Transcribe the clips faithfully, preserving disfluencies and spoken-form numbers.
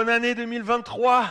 Bonne année deux mille vingt-trois.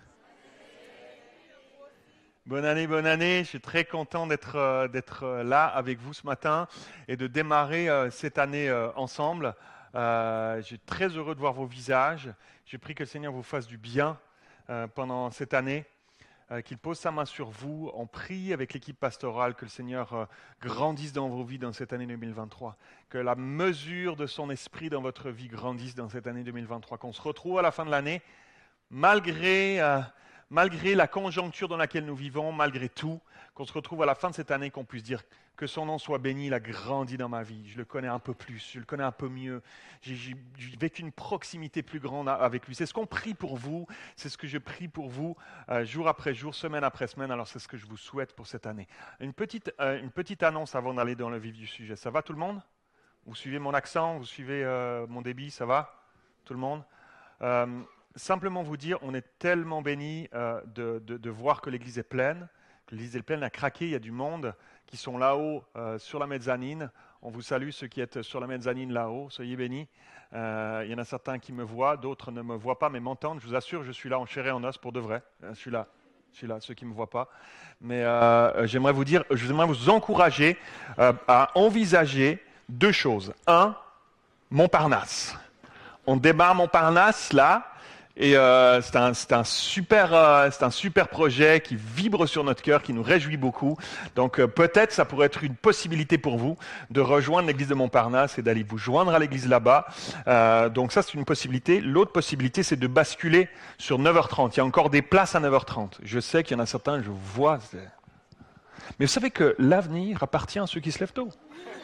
Bonne année, bonne année. Je suis très content d'être, euh, d'être euh, là avec vous ce matin et de démarrer euh, cette année euh, ensemble. Euh, je suis très heureux de voir vos visages. Je prie que le Seigneur vous fasse du bien euh, pendant cette année, euh, qu'il pose sa main sur vous. On prie avec l'équipe pastorale que le Seigneur euh, grandisse dans vos vies dans cette année deux mille vingt-trois, que la mesure de son esprit dans votre vie grandisse dans cette année deux mille vingt-trois, qu'on se retrouve à la fin de l'année, malgré... Euh, Malgré la conjoncture dans laquelle nous vivons, malgré tout, qu'on se retrouve à la fin de cette année, qu'on puisse dire que son nom soit béni, il a grandi dans ma vie, je le connais un peu plus, je le connais un peu mieux, j'ai, j'ai, j'ai vécu une proximité plus grande avec lui. C'est ce qu'on prie pour vous, c'est ce que je prie pour vous, euh, jour après jour, semaine après semaine, alors c'est ce que je vous souhaite pour cette année. Une petite, euh, une petite annonce avant d'aller dans le vif du sujet. Ça va tout le monde? Vous suivez mon accent, vous suivez euh, mon débit, ça va? Tout le monde? euh, Simplement vous dire, on est tellement bénis euh, de, de, de voir que l'église est pleine, que l'église est pleine à craquer. Il y a du monde qui sont là-haut euh, sur la mezzanine. On vous salue, ceux qui êtes sur la mezzanine là-haut. Soyez bénis. Euh, il y en a certains qui me voient, d'autres ne me voient pas, mais m'entendent. Je vous assure, je suis là en chair et en os pour de vrai. Je suis là. Je suis là, ceux qui ne me voient pas. Mais euh, j'aimerais vous dire, j'aimerais vous encourager euh, à envisager deux choses. Un, Montparnasse. On démarre Montparnasse là. Et euh, c'est, un, c'est, un super, euh, c'est un super projet qui vibre sur notre cœur, qui nous réjouit beaucoup. Donc euh, peut-être ça pourrait être une possibilité pour vous de rejoindre l'église de Montparnasse et d'aller vous joindre à l'église là-bas. Euh, donc ça c'est une possibilité. L'autre possibilité c'est de basculer sur neuf heures trente. Il y a encore des places à neuf heures trente. Je sais qu'il y en a certains, je vois. C'est... Mais vous savez que l'avenir appartient à ceux qui se lèvent tôt.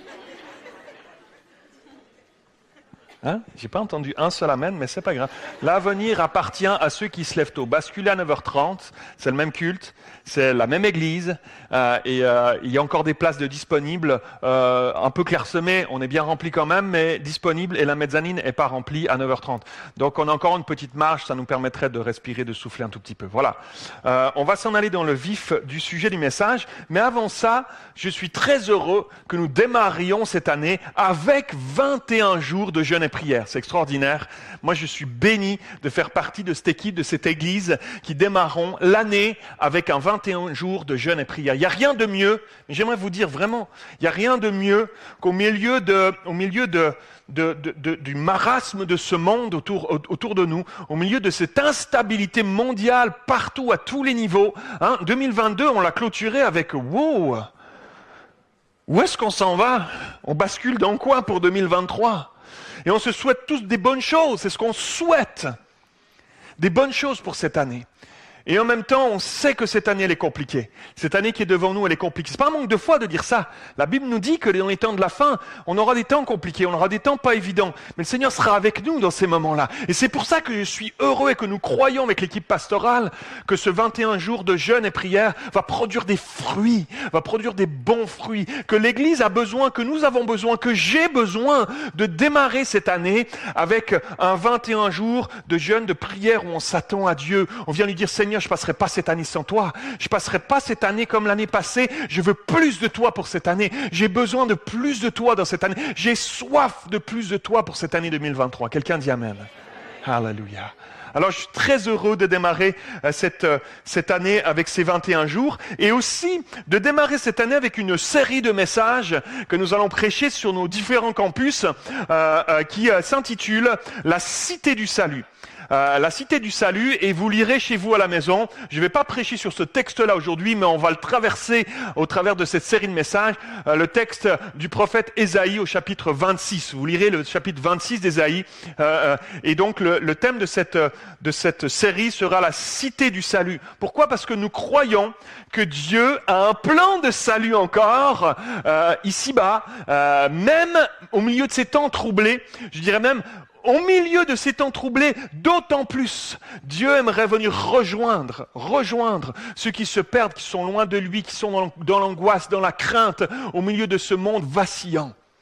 Hein? J'ai pas entendu un seul amen, mais c'est pas grave. L'avenir appartient à ceux qui se lèvent tôt. Basculer à neuf heures trente, c'est le même culte, c'est la même église, euh, et euh, il y a encore des places de disponibles, euh, un peu clairsemées, on est bien rempli quand même, mais disponible, et la mezzanine est pas remplie à neuf heures trente. Donc on a encore une petite marge, ça nous permettrait de respirer, de souffler un tout petit peu. Voilà. Euh, on va s'en aller dans le vif du sujet du message, mais avant ça, je suis très heureux que nous démarrions cette année avec vingt et un jours de jeûne et prière. C'est extraordinaire. Moi, je suis béni de faire partie de cette équipe, de cette église qui démarrons l'année avec un vingt et un jours de jeûne et prière. Il n'y a rien de mieux, mais j'aimerais vous dire vraiment, il n'y a rien de mieux qu'au milieu de, au milieu de, de, de, de, du marasme de ce monde autour, autour de nous, au milieu de cette instabilité mondiale partout, à tous les niveaux. Hein, deux mille vingt-deux, on l'a clôturé avec « wow ». Où est-ce qu'on s'en va? On bascule dans quoi pour deux mille vingt-trois? Et on se souhaite tous des bonnes choses, c'est ce qu'on souhaite. Des bonnes choses pour cette année. Et en même temps, on sait que cette année, elle est compliquée. Cette année qui est devant nous, elle est compliquée. C'est pas un manque de foi de dire ça. La Bible nous dit que dans les temps de la fin, on aura des temps compliqués, on aura des temps pas évidents. Mais le Seigneur sera avec nous dans ces moments-là. Et c'est pour ça que je suis heureux et que nous croyons avec l'équipe pastorale que ce vingt et un jours de jeûne et prière va produire des fruits, va produire des bons fruits. Que l'Église a besoin, que nous avons besoin, que j'ai besoin de démarrer cette année avec un vingt et un jours de jeûne, de prière où on s'attend à Dieu. On vient lui dire, Seigneur, je ne passerai pas cette année sans toi. Je ne passerai pas cette année comme l'année passée. Je veux plus de toi pour cette année. J'ai besoin de plus de toi dans cette année. J'ai soif de plus de toi pour cette année deux mille vingt-trois. Quelqu'un dit Amen. Alléluia. Alors, je suis très heureux de démarrer euh, cette, euh, cette année avec ces vingt et un jours et aussi de démarrer cette année avec une série de messages que nous allons prêcher sur nos différents campus euh, euh, qui euh, s'intitule « La Cité du Salut ». Euh, la Cité du Salut, et vous lirez chez vous à la maison. Je ne vais pas prêcher sur ce texte-là aujourd'hui, mais on va le traverser au travers de cette série de messages. Euh, le texte du prophète Ésaïe au chapitre vingt-six. Vous lirez le chapitre vingt-six d'Ésaïe. Euh, euh, et donc le, le thème de cette, de cette série sera la Cité du Salut. Pourquoi? Parce que nous croyons que Dieu a un plan de salut encore euh, ici-bas, euh, même au milieu de ces temps troublés, je dirais même au milieu de ces temps troublés, d'autant plus, Dieu aimerait venir rejoindre, rejoindre ceux qui se perdent, qui sont loin de lui, qui sont dans l'angoisse, dans la crainte, au milieu de ce monde vacillant.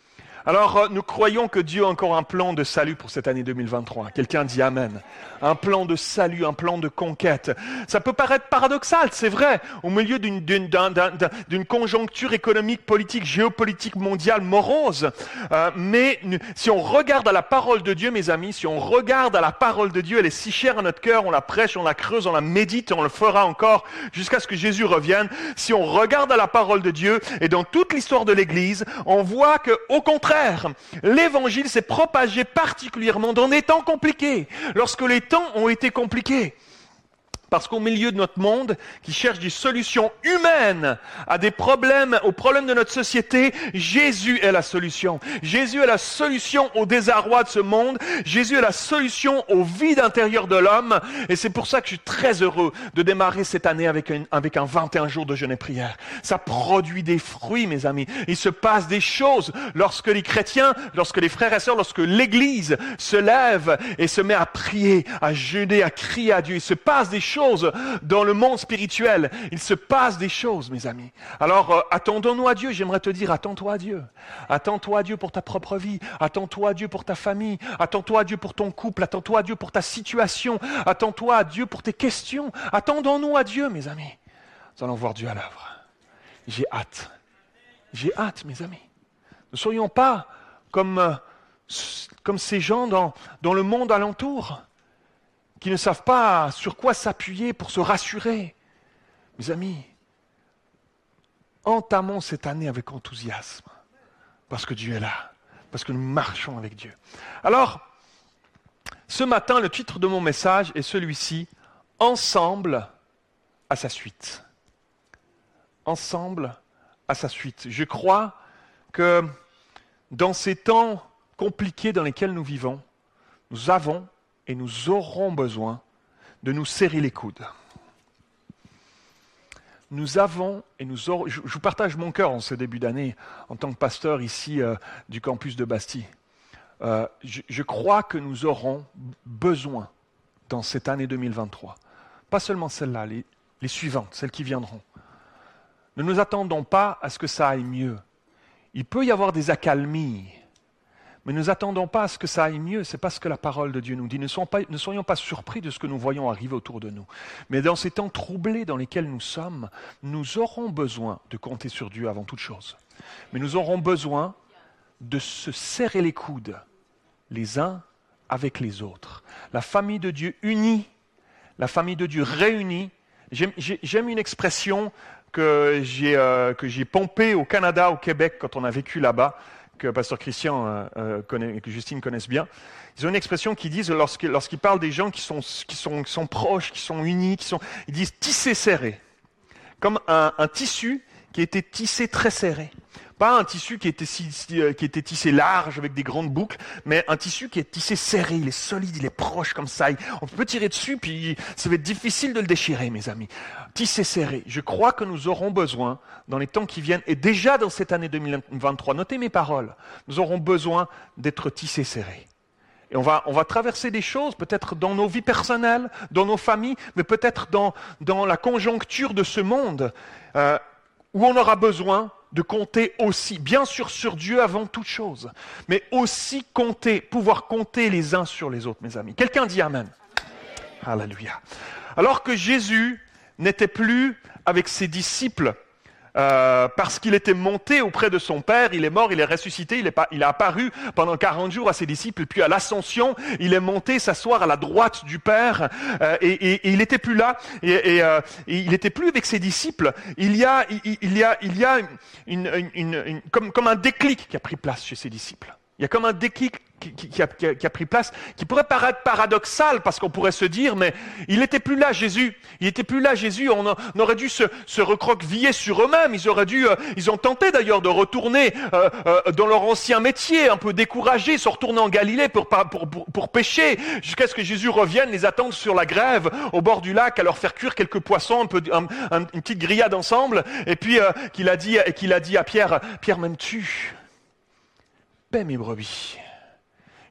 Alors, euh, nous croyons que Dieu a encore un plan de salut pour cette année deux mille vingt-trois. Quelqu'un dit Amen. Un plan de salut, un plan de conquête. Ça peut paraître paradoxal, c'est vrai, au milieu d'une, d'une, d'un, d'un, d'une conjoncture économique, politique, géopolitique mondiale morose. Euh, mais si on regarde à la parole de Dieu, mes amis, si on regarde à la parole de Dieu, elle est si chère à notre cœur, on la prêche, on la creuse, on la médite, et on le fera encore jusqu'à ce que Jésus revienne. Si on regarde à la parole de Dieu, et dans toute l'histoire de l'Église, on voit que, au contraire, l'Évangile s'est propagé particulièrement dans des temps compliqués, lorsque les temps ont été compliqués. Parce qu'au milieu de notre monde, qui cherche des solutions humaines à des problèmes, aux problèmes de notre société, Jésus est la solution. Jésus est la solution au désarroi de ce monde. Jésus est la solution au vide intérieur de l'homme. Et c'est pour ça que je suis très heureux de démarrer cette année avec un, avec un vingt et un jours de jeûne et prière. Ça produit des fruits, mes amis. Il se passe des choses lorsque les chrétiens, lorsque les frères et sœurs, lorsque l'Église se lève et se met à prier, à jeûner, à crier à Dieu. Il se passe des choses dans le monde spirituel. Il se passe des choses, mes amis. Alors, euh, attendons-nous à Dieu. J'aimerais te dire, attends-toi à Dieu. Attends-toi à Dieu pour ta propre vie. Attends-toi à Dieu pour ta famille. Attends-toi à Dieu pour ton couple. Attends-toi à Dieu pour ta situation. Attends-toi à Dieu pour tes questions. Attendons-nous à Dieu, mes amis. Nous allons voir Dieu à l'œuvre. J'ai hâte. J'ai hâte, mes amis. Ne soyons pas comme, euh, comme ces gens dans, dans le monde alentour, qui ne savent pas sur quoi s'appuyer pour se rassurer. Mes amis, entamons cette année avec enthousiasme, parce que Dieu est là, parce que nous marchons avec Dieu. Alors, ce matin, le titre de mon message est celui-ci, « Ensemble à sa suite ». Ensemble à sa suite. Je crois que dans ces temps compliqués dans lesquels nous vivons, nous avons et nous aurons besoin de nous serrer les coudes. Nous avons et nous aurons... Je, je vous partage mon cœur en ce début d'année, en tant que pasteur ici euh, du campus de Bastille. Euh, je, je crois que nous aurons besoin, dans cette année deux mille vingt-trois, pas seulement celle-là, les, les suivantes, celles qui viendront. Ne nous attendons pas à ce que ça aille mieux. Il peut y avoir des accalmies, mais ne nous attendons pas à ce que ça aille mieux, c'est pas ce que la parole de Dieu nous dit. Ne soyons pas, ne soyons pas surpris de ce que nous voyons arriver autour de nous. Mais dans ces temps troublés dans lesquels nous sommes, nous aurons besoin de compter sur Dieu avant toute chose. Mais nous aurons besoin de se serrer les coudes, les uns avec les autres. La famille de Dieu unie, la famille de Dieu réunie. J'aime, j'aime une expression que j'ai, euh, que j'ai pompée au Canada, au Québec, quand on a vécu là-bas, que Pasteur Christian euh, euh, connaît, et que Justine connaissent bien. Ils ont une expression qu'ils disent lorsqu'ils, lorsqu'ils parlent des gens qui sont, qui, sont, qui sont proches, qui sont unis, qui sont, ils disent tissé serré, comme un, un tissu qui a été tissé très serré. Pas un tissu qui était, si, si, euh, qui était tissé large avec des grandes boucles, mais un tissu qui est tissé serré, il est solide, il est proche comme ça. Il, on peut tirer dessus, puis ça va être difficile de le déchirer, mes amis. Tissé serré. Je crois que nous aurons besoin, dans les temps qui viennent, et déjà dans cette année deux mille vingt-trois, notez mes paroles, nous aurons besoin d'être tissés serrés. Et on va, on va traverser des choses, peut-être dans nos vies personnelles, dans nos familles, mais peut-être dans, dans la conjoncture de ce monde, euh, où on aura besoin de compter aussi, bien sûr sur Dieu avant toute chose, mais aussi compter, pouvoir compter les uns sur les autres, mes amis. Quelqu'un dit Amen. Amen. Alléluia. Alors que Jésus n'était plus avec ses disciples, Euh, parce qu'il était monté auprès de son Père, il est mort, il est ressuscité, il est, pas, il a apparu pendant quarante jours à ses disciples, puis à l'ascension, il est monté s'asseoir à la droite du Père, euh, et, et, et il n'était plus là, et, et, euh, et il n'était plus avec ses disciples. Il y a, il, il y a, il y a une, une, une, une, comme, comme un déclic qui a pris place chez ses disciples. Il y a comme un déclic qui, qui, qui, a, qui, a, qui a pris place, qui pourrait paraître paradoxal, parce qu'on pourrait se dire, mais il n'était plus là, Jésus. Il n'était plus là, Jésus. On, a, on aurait dû se, se recroqueviller sur eux-mêmes. Ils auraient dû, euh, ils ont tenté d'ailleurs de retourner euh, euh, dans leur ancien métier, un peu découragés, se retourner en Galilée pour, pour, pour, pour pêcher, jusqu'à ce que Jésus revienne, les attendre sur la grève, au bord du lac, à leur faire cuire quelques poissons, un peu, un, un, une petite grillade ensemble, et puis euh, qu'il a dit, qu'il a dit à Pierre, Pierre, m'aimes-tu ? Paie mes brebis.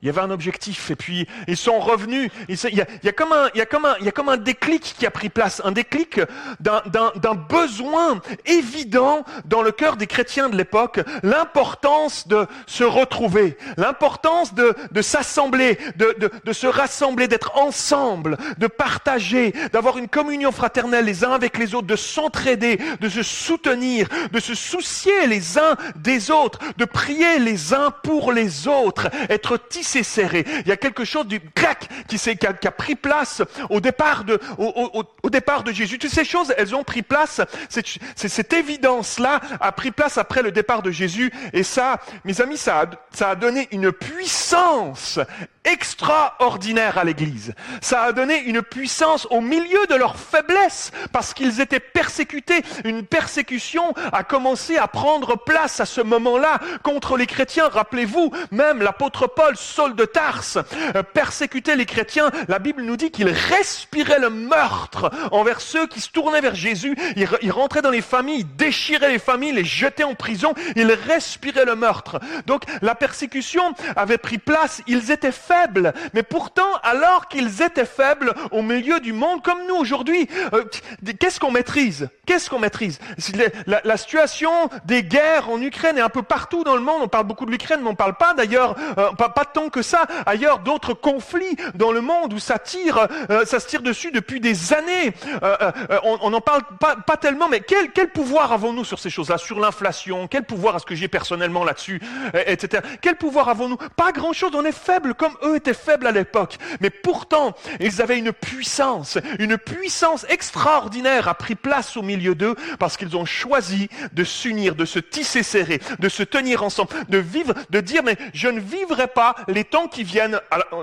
Il y avait un objectif, et puis ils sont revenus. Il y a, il y a comme un, il y a comme un, il y a comme un déclic qui a pris place, un déclic d'un, d'un, d'un besoin évident dans le cœur des chrétiens de l'époque, l'importance de se retrouver, l'importance de, de s'assembler, de, de, de se rassembler, d'être ensemble, de partager, d'avoir une communion fraternelle les uns avec les autres, de s'entraider, de se soutenir, de se soucier les uns des autres, de prier les uns pour les autres, être tissé serré. Il y a quelque chose du clac qui, s'est, qui, a, qui a pris place au départ de, au, au, au départ de Jésus. Toutes ces choses, elles ont pris place. C'est, c'est, cette évidence-là a pris place après le départ de Jésus. Et ça, mes amis, ça a, ça a donné une puissance extraordinaire à l'Église. Ça a donné une puissance au milieu de leur faiblesse, parce qu'ils étaient persécutés. Une persécution a commencé à prendre place à ce moment-là contre les chrétiens. Rappelez-vous, même l'apôtre Paul, Saul de Tarse, euh, persécutait les chrétiens. La Bible nous dit qu'il respirait le meurtre envers ceux qui se tournaient vers Jésus. Il, il rentrait dans les familles, il déchirait les familles, les jetait en prison. Il respirait le meurtre. Donc la persécution avait pris place. Ils étaient faibles, mais pourtant, alors qu'ils étaient faibles au milieu du monde, comme nous aujourd'hui, euh, qu'est-ce qu'on maîtrise? Qu'est-ce qu'on maîtrise? La, la situation des guerres en Ukraine et un peu partout dans le monde, on parle beaucoup de l'Ukraine, mais on ne parle pas d'ailleurs, euh, pas, pas tant que ça, ailleurs d'autres conflits dans le monde où ça tire, euh, ça se tire dessus depuis des années. Euh, euh, on n'en parle pas, pas tellement, mais quel, quel pouvoir avons-nous sur ces choses-là, sur l'inflation? Quel pouvoir est-ce que j'ai personnellement là-dessus, euh, et cetera. Quel pouvoir avons-nous? Pas grand-chose, on est faible comme eux étaient faibles à l'époque. Mais pourtant, ils avaient une puissance, une puissance extraordinaire a pris place au milieu d'eux parce qu'ils ont choisi de s'unir, de se tisser serré, de se tenir ensemble, de vivre, de dire mais je ne vivrai pas les temps qui viennent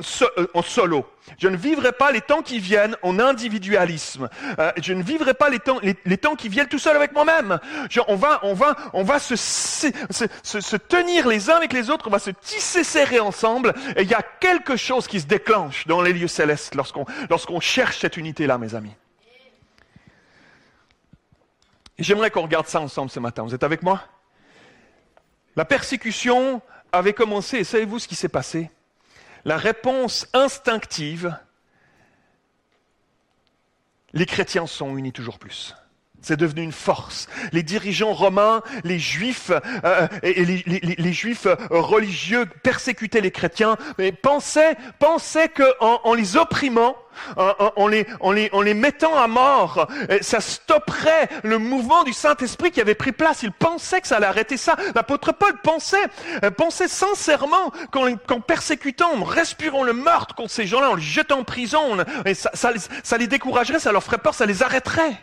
en solo. Je ne vivrai pas les temps qui viennent en individualisme. Euh, je ne vivrai pas les temps, les, les temps qui viennent tout seul avec moi-même. Je, on va, on va, on va se, se, se, se tenir les uns avec les autres. On va se tisser serré ensemble. Et il y a quelque chose qui se déclenche dans les lieux célestes lorsqu'on, lorsqu'on cherche cette unité-là, mes amis. Et j'aimerais qu'on regarde ça ensemble ce matin. Vous êtes avec moi? La persécution avait commencé. Et savez-vous ce qui s'est passé? La réponse instinctive, les chrétiens sont unis toujours plus. C'est devenu une force. Les dirigeants romains, les juifs euh, et les, les, les juifs religieux persécutaient les chrétiens, mais pensaient, pensaient qu'en en les opprimant, en, en, les, en, les, en les mettant à mort, ça stopperait le mouvement du Saint-Esprit qui avait pris place. Ils pensaient que ça allait arrêter ça. L'apôtre Paul pensait, pensait sincèrement qu'en, qu'en persécutant, en respirant le meurtre contre ces gens-là, en les jetant en prison, et ça, ça, ça les découragerait, ça leur ferait peur, ça les arrêterait.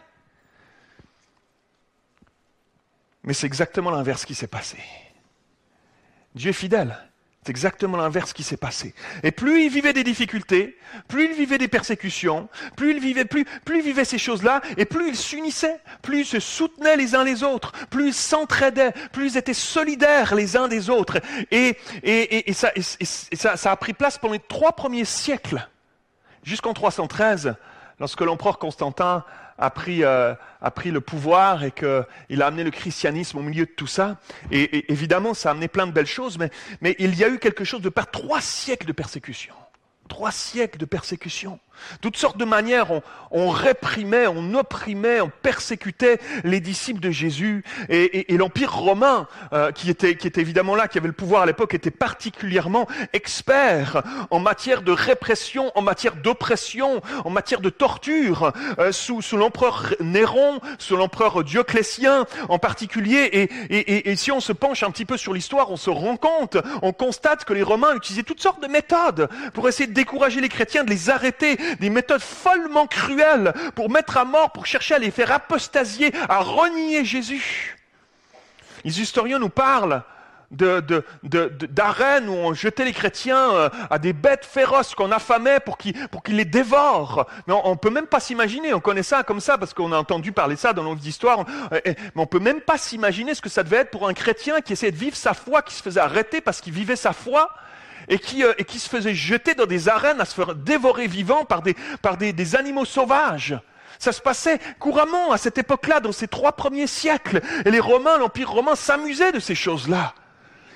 Mais c'est exactement l'inverse qui s'est passé. Dieu est fidèle. C'est exactement l'inverse qui s'est passé. Et plus il vivait des difficultés, plus il vivait des persécutions, plus il vivait, plus, plus il vivait ces choses-là, et plus il s'unissait, plus ils se soutenaient les uns les autres, plus ils s'entraidaient, plus ils étaient solidaires les uns des autres. Et, et, et, et, ça, et, et ça, ça a pris place pendant les trois premiers siècles, jusqu'en trois cent treize, lorsque l'empereur Constantin a pris, euh, a pris le pouvoir et qu'il a amené le christianisme au milieu de tout ça. Et, et évidemment, ça a amené plein de belles choses, mais, mais il y a eu quelque chose de par trois siècles de persécution. Trois siècles de persécution. Toutes sortes de manières, on, on réprimait, on opprimait, on persécutait les disciples de Jésus. Et, et, et l'Empire romain, euh, qui, était, qui était évidemment là, qui avait le pouvoir à l'époque, était particulièrement expert en matière de répression, en matière d'oppression, en matière de torture, euh, sous, sous l'empereur Néron, sous l'empereur Dioclétien en particulier. Et, et, et, et si on se penche un petit peu sur l'histoire, on se rend compte, on constate que les Romains utilisaient toutes sortes de méthodes pour essayer de décourager les chrétiens, de les arrêter, des méthodes follement cruelles pour mettre à mort, pour chercher à les faire apostasier, à renier Jésus. Les historiens nous parlent de, de, de, de, d'arènes où on jetait les chrétiens à des bêtes féroces qu'on affamait pour qu'ils, pour qu'ils les dévorent. Mais on ne peut même pas s'imaginer, on connaît ça comme ça parce qu'on a entendu parler de ça dans nos histoires, mais on ne peut même pas s'imaginer ce que ça devait être pour un chrétien qui essayait de vivre sa foi, qui se faisait arrêter parce qu'il vivait sa foi, et qui, euh, et qui se faisait jeter dans des arènes à se faire dévorer vivant par des, par des, des animaux sauvages. Ça se passait couramment à cette époque-là, dans ces trois premiers siècles. Et les Romains, l'Empire romain s'amusait de ces choses-là.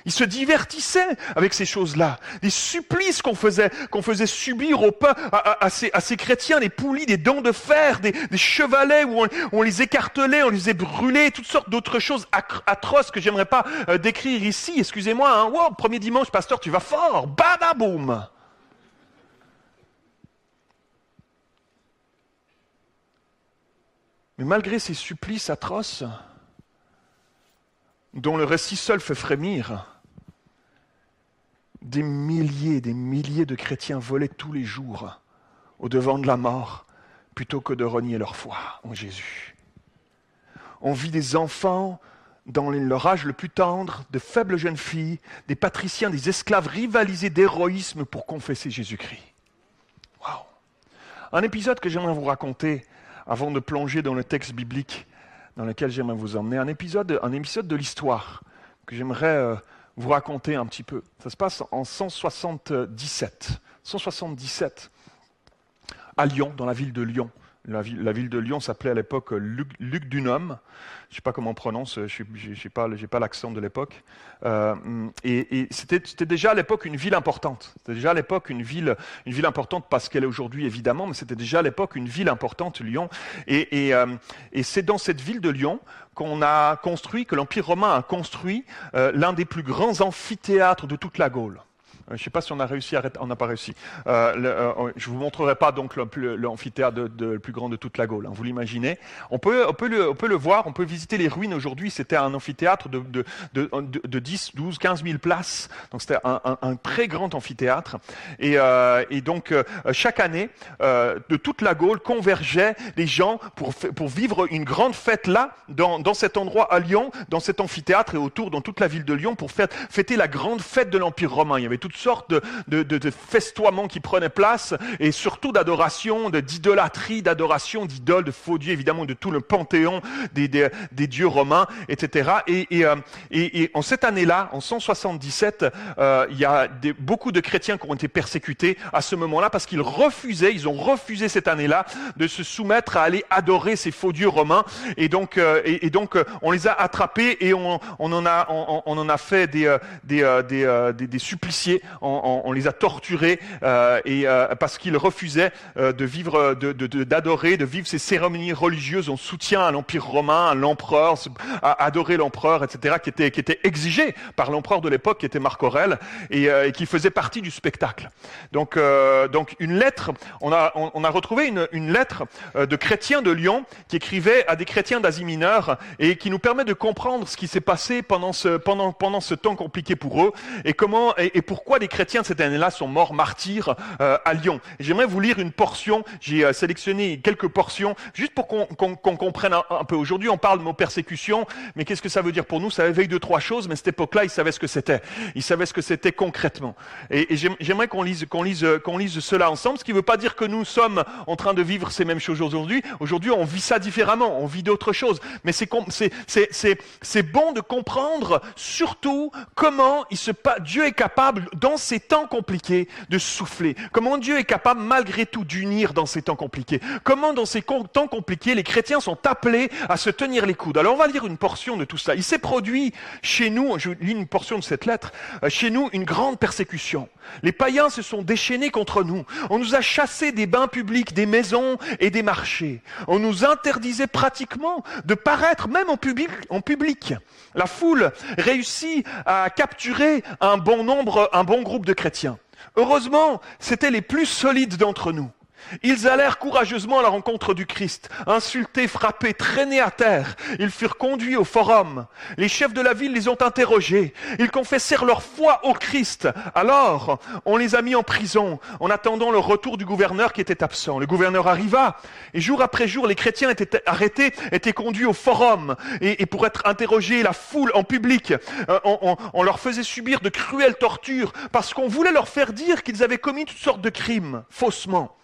Ils se divertissaient avec ces choses-là. Les supplices qu'on faisait, qu'on faisait subir au pain, à, à, à, ces, à ces chrétiens, des poulies, des dents de fer, des, des chevalets où on, où on les écartelait, on les faisait brûler, toutes sortes d'autres choses atroces que j'aimerais pas euh, décrire ici. Excusez-moi, hein. Wow, premier dimanche, pasteur, tu vas fort. Badaboum. Mais malgré ces supplices atroces, dont le récit seul fait frémir, des milliers, des milliers de chrétiens volaient tous les jours au devant de la mort plutôt que de renier leur foi en Jésus. On vit des enfants dans leur âge le plus tendre, de faibles jeunes filles, des patriciens, des esclaves rivaliser d'héroïsme pour confesser Jésus-Christ. Wow. Un épisode que j'aimerais vous raconter avant de plonger dans le texte biblique dans lequel j'aimerais vous emmener, un épisode, un épisode de l'histoire que j'aimerais euh, vous raconter un petit peu. Ça se passe en cent soixante-dix-sept. cent soixante-dix-sept, à Lyon, dans la ville de Lyon. La ville, la ville de Lyon s'appelait à l'époque Luc, Lugdunum. Je ne sais pas comment on prononce, je n'ai pas, pas l'accent de l'époque. Euh, et et c'était, c'était déjà à l'époque une ville importante. C'était déjà à l'époque une ville, une ville importante parce qu'elle est aujourd'hui évidemment, mais c'était déjà à l'époque une ville importante, Lyon. Et, et, euh, et c'est dans cette ville de Lyon qu'on a construit, que l'Empire romain a construit euh, l'un des plus grands amphithéâtres de toute la Gaule. Je ne sais pas si on a réussi à arrêter. On n'a pas réussi. Euh, le, euh, je ne vous montrerai pas donc l'amphithéâtre de, de, le plus grand de toute la Gaule. Hein, vous l'imaginez. On peut, on, peut le, on peut le voir, on peut visiter les ruines aujourd'hui. C'était un amphithéâtre de, de, de, de, de dix, douze, quinze mille places. Donc c'était un, un, un très grand amphithéâtre. Et, euh, et donc euh, chaque année, euh, de toute la Gaule convergeaient les gens pour, pour vivre une grande fête là, dans, dans cet endroit à Lyon, dans cet amphithéâtre et autour, dans toute la ville de Lyon, pour faire, fêter la grande fête de l'Empire romain. Il y avait toute sortes de, de, de, de festoiements qui prenaient place et surtout d'adoration, de, d'idolâtrie, d'adoration d'idoles, de faux dieux, évidemment de tout le panthéon des, des, des dieux romains, et cetera. Et, et, euh, et, et en cette année-là, en cent soixante-dix-sept, euh, il y a des, beaucoup de chrétiens qui ont été persécutés à ce moment-là parce qu'ils refusaient, ils ont refusé cette année-là de se soumettre à aller adorer ces faux dieux romains. Et donc, euh, et, et donc euh, on les a attrapés et on, on, en, a, on, on en a fait des, euh, des, euh, des, euh, des, des suppliciés. On, on, on les a torturés euh, et, euh, parce qu'ils refusaient euh, de vivre, de, de, de, d'adorer, de vivre ces cérémonies religieuses en soutien à l'Empire romain, à l'empereur, à adorer l'empereur, et cetera, qui était, qui était exigé par l'empereur de l'époque, qui était Marc Aurèle, et, euh, et qui faisait partie du spectacle. Donc, euh, donc une lettre, on a, on, on a retrouvé une, une lettre euh, de chrétiens de Lyon qui écrivait à des chrétiens d'Asie mineure et qui nous permet de comprendre ce qui s'est passé pendant ce, pendant, pendant ce temps compliqué pour eux et comment et, et pourquoi les chrétiens de cette année-là sont morts martyrs euh, à Lyon. Et j'aimerais vous lire une portion, j'ai euh, sélectionné quelques portions, juste pour qu'on, qu'on, qu'on comprenne un, un peu. Aujourd'hui, on parle de mot persécution, mais qu'est-ce que ça veut dire pour nous? Ça éveille deux, trois choses, mais à cette époque-là, ils savaient ce que c'était. Ils savaient ce que c'était concrètement. Et, et j'aimerais qu'on lise, qu'on, lise, qu'on lise cela ensemble, ce qui ne veut pas dire que nous sommes en train de vivre ces mêmes choses aujourd'hui. Aujourd'hui, on vit ça différemment, on vit d'autres choses. Mais c'est, c'est, c'est, c'est, c'est bon de comprendre surtout comment il se pa- Dieu est capable, dans ces temps compliqués, de souffler. Comment Dieu est capable, malgré tout, d'unir dans ces temps compliqués. Comment, dans ces temps compliqués, les chrétiens sont appelés à se tenir les coudes. Alors, on va lire une portion de tout cela. Il s'est produit chez nous, je lis une portion de cette lettre, chez nous, une grande persécution. Les païens se sont déchaînés contre nous. On nous a chassés des bains publics, des maisons et des marchés. On nous interdisait pratiquement de paraître, même en public. En public. La foule réussit à capturer un bon nombre, un bon groupe de chrétiens. Heureusement, c'étaient les plus solides d'entre nous. Ils allèrent courageusement à la rencontre du Christ, insultés, frappés, traînés à terre. Ils furent conduits au forum. Les chefs de la ville les ont interrogés. Ils confessèrent leur foi au Christ. Alors, on les a mis en prison, en attendant le retour du gouverneur qui était absent. Le gouverneur arriva, et jour après jour, les chrétiens étaient arrêtés, étaient conduits au forum, et, et pour être interrogés, la foule en public, euh, on, on, on leur faisait subir de cruelles tortures, parce qu'on voulait leur faire dire qu'ils avaient commis toutes sortes de crimes, faussement.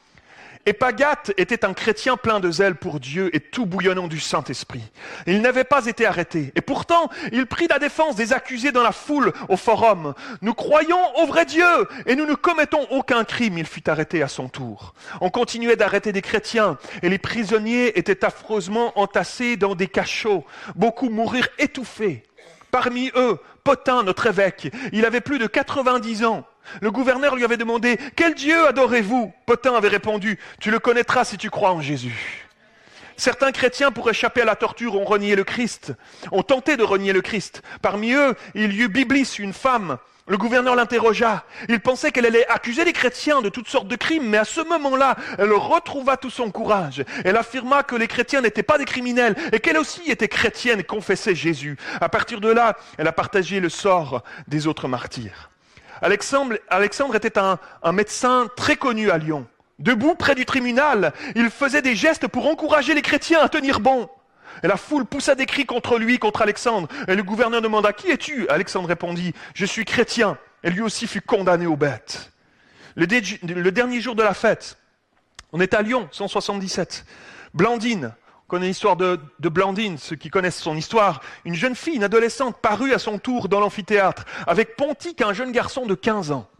Épagate était un chrétien plein de zèle pour Dieu et tout bouillonnant du Saint-Esprit. Il n'avait pas été arrêté. Et pourtant, il prit la défense des accusés dans la foule au forum. Nous croyons au vrai Dieu et nous ne commettons aucun crime. Il fut arrêté à son tour. On continuait d'arrêter des chrétiens et les prisonniers étaient affreusement entassés dans des cachots. Beaucoup mourirent étouffés. Parmi eux, Pothin, notre évêque, il avait plus de quatre-vingt-dix ans. Le gouverneur lui avait demandé « Quel Dieu adorez-vous » Pothin avait répondu « Tu le connaîtras si tu crois en Jésus. » Certains chrétiens, pour échapper à la torture, ont renié le Christ, ont tenté de renier le Christ. Parmi eux, il y eut Byblis, une femme. Le gouverneur l'interrogea. Il pensait qu'elle allait accuser les chrétiens de toutes sortes de crimes, mais à ce moment-là, elle retrouva tout son courage. Elle affirma que les chrétiens n'étaient pas des criminels et qu'elle aussi était chrétienne et confessait Jésus. À partir de là, elle a partagé le sort des autres martyrs. Alexandre, Alexandre était un, un médecin très connu à Lyon. Debout près du tribunal, il faisait des gestes pour encourager les chrétiens à tenir bon. Et la foule poussa des cris contre lui, contre Alexandre. Et le gouverneur demanda « Qui es-tu » Alexandre répondit « Je suis chrétien. » Et lui aussi fut condamné aux bêtes. Le, dé- le dernier jour de la fête, on est à Lyon, cent soixante-dix-sept. Blandine, on connaît l'histoire de, de Blandine, ceux qui connaissent son histoire. Une jeune fille, une adolescente, parut à son tour dans l'amphithéâtre, avec Pontique, un jeune garçon de quinze ans.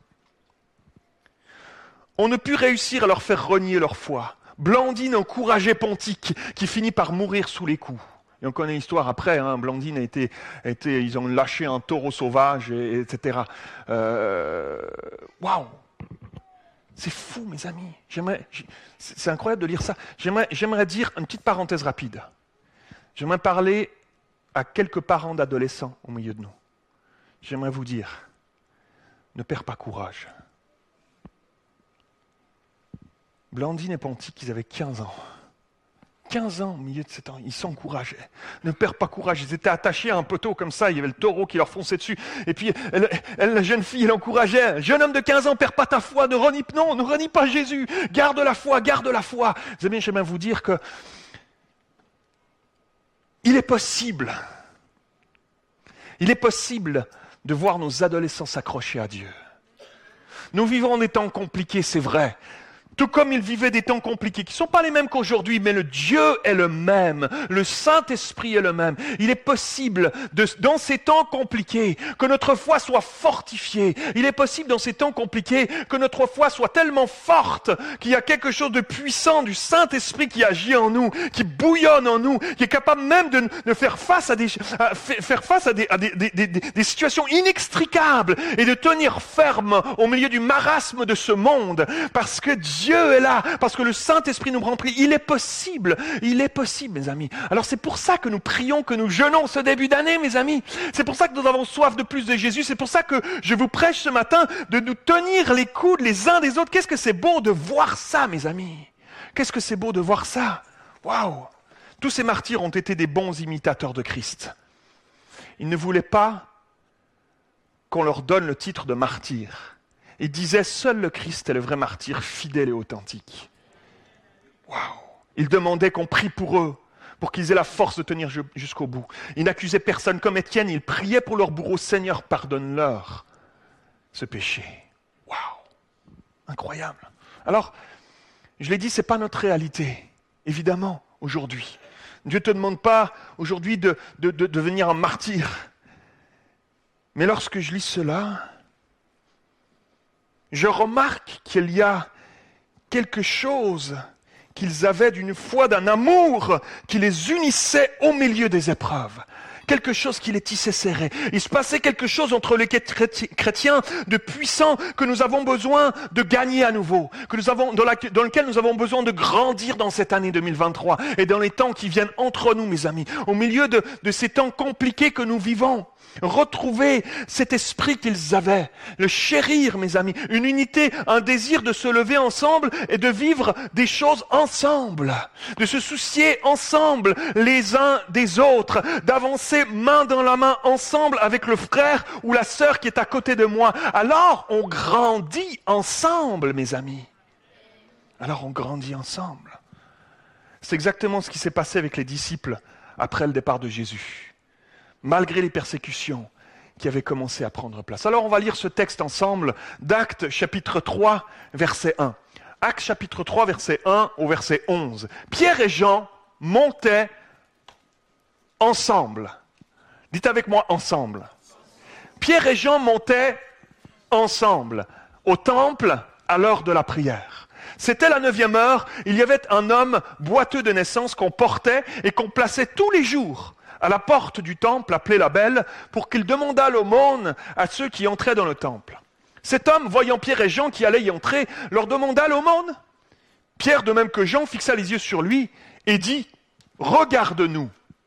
On ne put réussir à leur faire renier leur foi. Blandine encourageait Pontique, qui finit par mourir sous les coups. Et on connaît l'histoire après, hein, Blandine a été, a été, ils ont lâché un taureau sauvage, et, et cetera. Euh, waouh, c'est fou, mes amis. J'aimerais, c'est, c'est incroyable de lire ça. J'aimerais, j'aimerais dire une petite parenthèse rapide. J'aimerais parler à quelques parents d'adolescents au milieu de nous. J'aimerais vous dire, ne perds pas courage. Blandine et Pontique, ils avaient quinze ans. quinze ans au milieu de ces temps, ils s'encourageaient. Ne perds pas courage, ils étaient attachés à un poteau comme ça, il y avait le taureau qui leur fonçait dessus. Et puis, elle, elle, la jeune fille, elle encourageait. Jeune homme de quinze ans, perds pas ta foi, ne renie, non, ne renie pas Jésus. Garde la foi, garde la foi. Vous savez, j'aimerais vous dire que il est possible, il est possible de voir nos adolescents s'accrocher à Dieu. Nous vivons des temps compliqués, c'est vrai. Tout comme ils vivaient des temps compliqués, qui ne sont pas les mêmes qu'aujourd'hui, mais le Dieu est le même, le Saint-Esprit est le même. Il est possible, de, dans ces temps compliqués, que notre foi soit fortifiée. Il est possible, dans ces temps compliqués, que notre foi soit tellement forte qu'il y a quelque chose de puissant du Saint-Esprit qui agit en nous, qui bouillonne en nous, qui est capable même de, de faire face à des, à faire face à des, à des, des, des, des situations inextricables et de tenir ferme au milieu du marasme de ce monde, parce que Dieu Dieu est là, parce que le Saint-Esprit nous remplit. Il est possible, il est possible, mes amis. Alors c'est pour ça que nous prions, que nous jeûnons ce début d'année, mes amis. C'est pour ça que nous avons soif de plus de Jésus. C'est pour ça que je vous prêche ce matin de nous tenir les coudes les uns des autres. Qu'est-ce que c'est beau de voir ça, mes amis. Qu'est-ce que c'est beau de voir ça. Waouh. Tous ces martyrs ont été des bons imitateurs de Christ. Ils ne voulaient pas qu'on leur donne le titre de martyr. Ils disaient, seul le Christ est le vrai martyr, fidèle et authentique. Waouh! Ils demandaient qu'on prie pour eux, pour qu'ils aient la force de tenir jusqu'au bout. Ils n'accusaient personne comme Étienne, ils priaient pour leur bourreau. Seigneur, pardonne-leur ce péché. Waouh! Incroyable. Alors, je l'ai dit, ce n'est pas notre réalité, évidemment, aujourd'hui. Dieu ne te demande pas aujourd'hui de, de, de devenir un martyr. Mais lorsque je lis cela, je remarque qu'il y a quelque chose qu'ils avaient d'une foi, d'un amour qui les unissait au milieu des épreuves. Quelque chose qui les tissait serrés. Il se passait quelque chose entre les chrétiens de puissant que nous avons besoin de gagner à nouveau, que nous avons, dans, la, dans lequel nous avons besoin de grandir dans cette année deux mille vingt-trois et dans les temps qui viennent entre nous, mes amis, au milieu de, de ces temps compliqués que nous vivons. Retrouver cet esprit qu'ils avaient, le chérir, mes amis, une unité, un désir de se lever ensemble et de vivre des choses ensemble, de se soucier ensemble les uns des autres, d'avancer main dans la main ensemble avec le frère ou la sœur qui est à côté de moi. Alors on grandit ensemble, mes amis. Alors on grandit ensemble. C'est exactement ce qui s'est passé avec les disciples après le départ de Jésus. Malgré les persécutions qui avaient commencé à prendre place. Alors on va lire ce texte ensemble d'Actes chapitre trois, verset un. Actes chapitre trois, verset un au verset onze. Pierre et Jean montaient ensemble. Dites avec moi ensemble. Pierre et Jean montaient ensemble au temple à l'heure de la prière. C'était la neuvième heure, il y avait un homme boiteux de naissance qu'on portait et qu'on plaçait tous les jours à la porte du temple appelée la Belle, pour qu'il demandât l'aumône à ceux qui entraient dans le temple. Cet homme, voyant Pierre et Jean qui allaient y entrer, leur demanda l'aumône. Pierre, de même que Jean, fixa les yeux sur lui et dit « Regarde-nous ».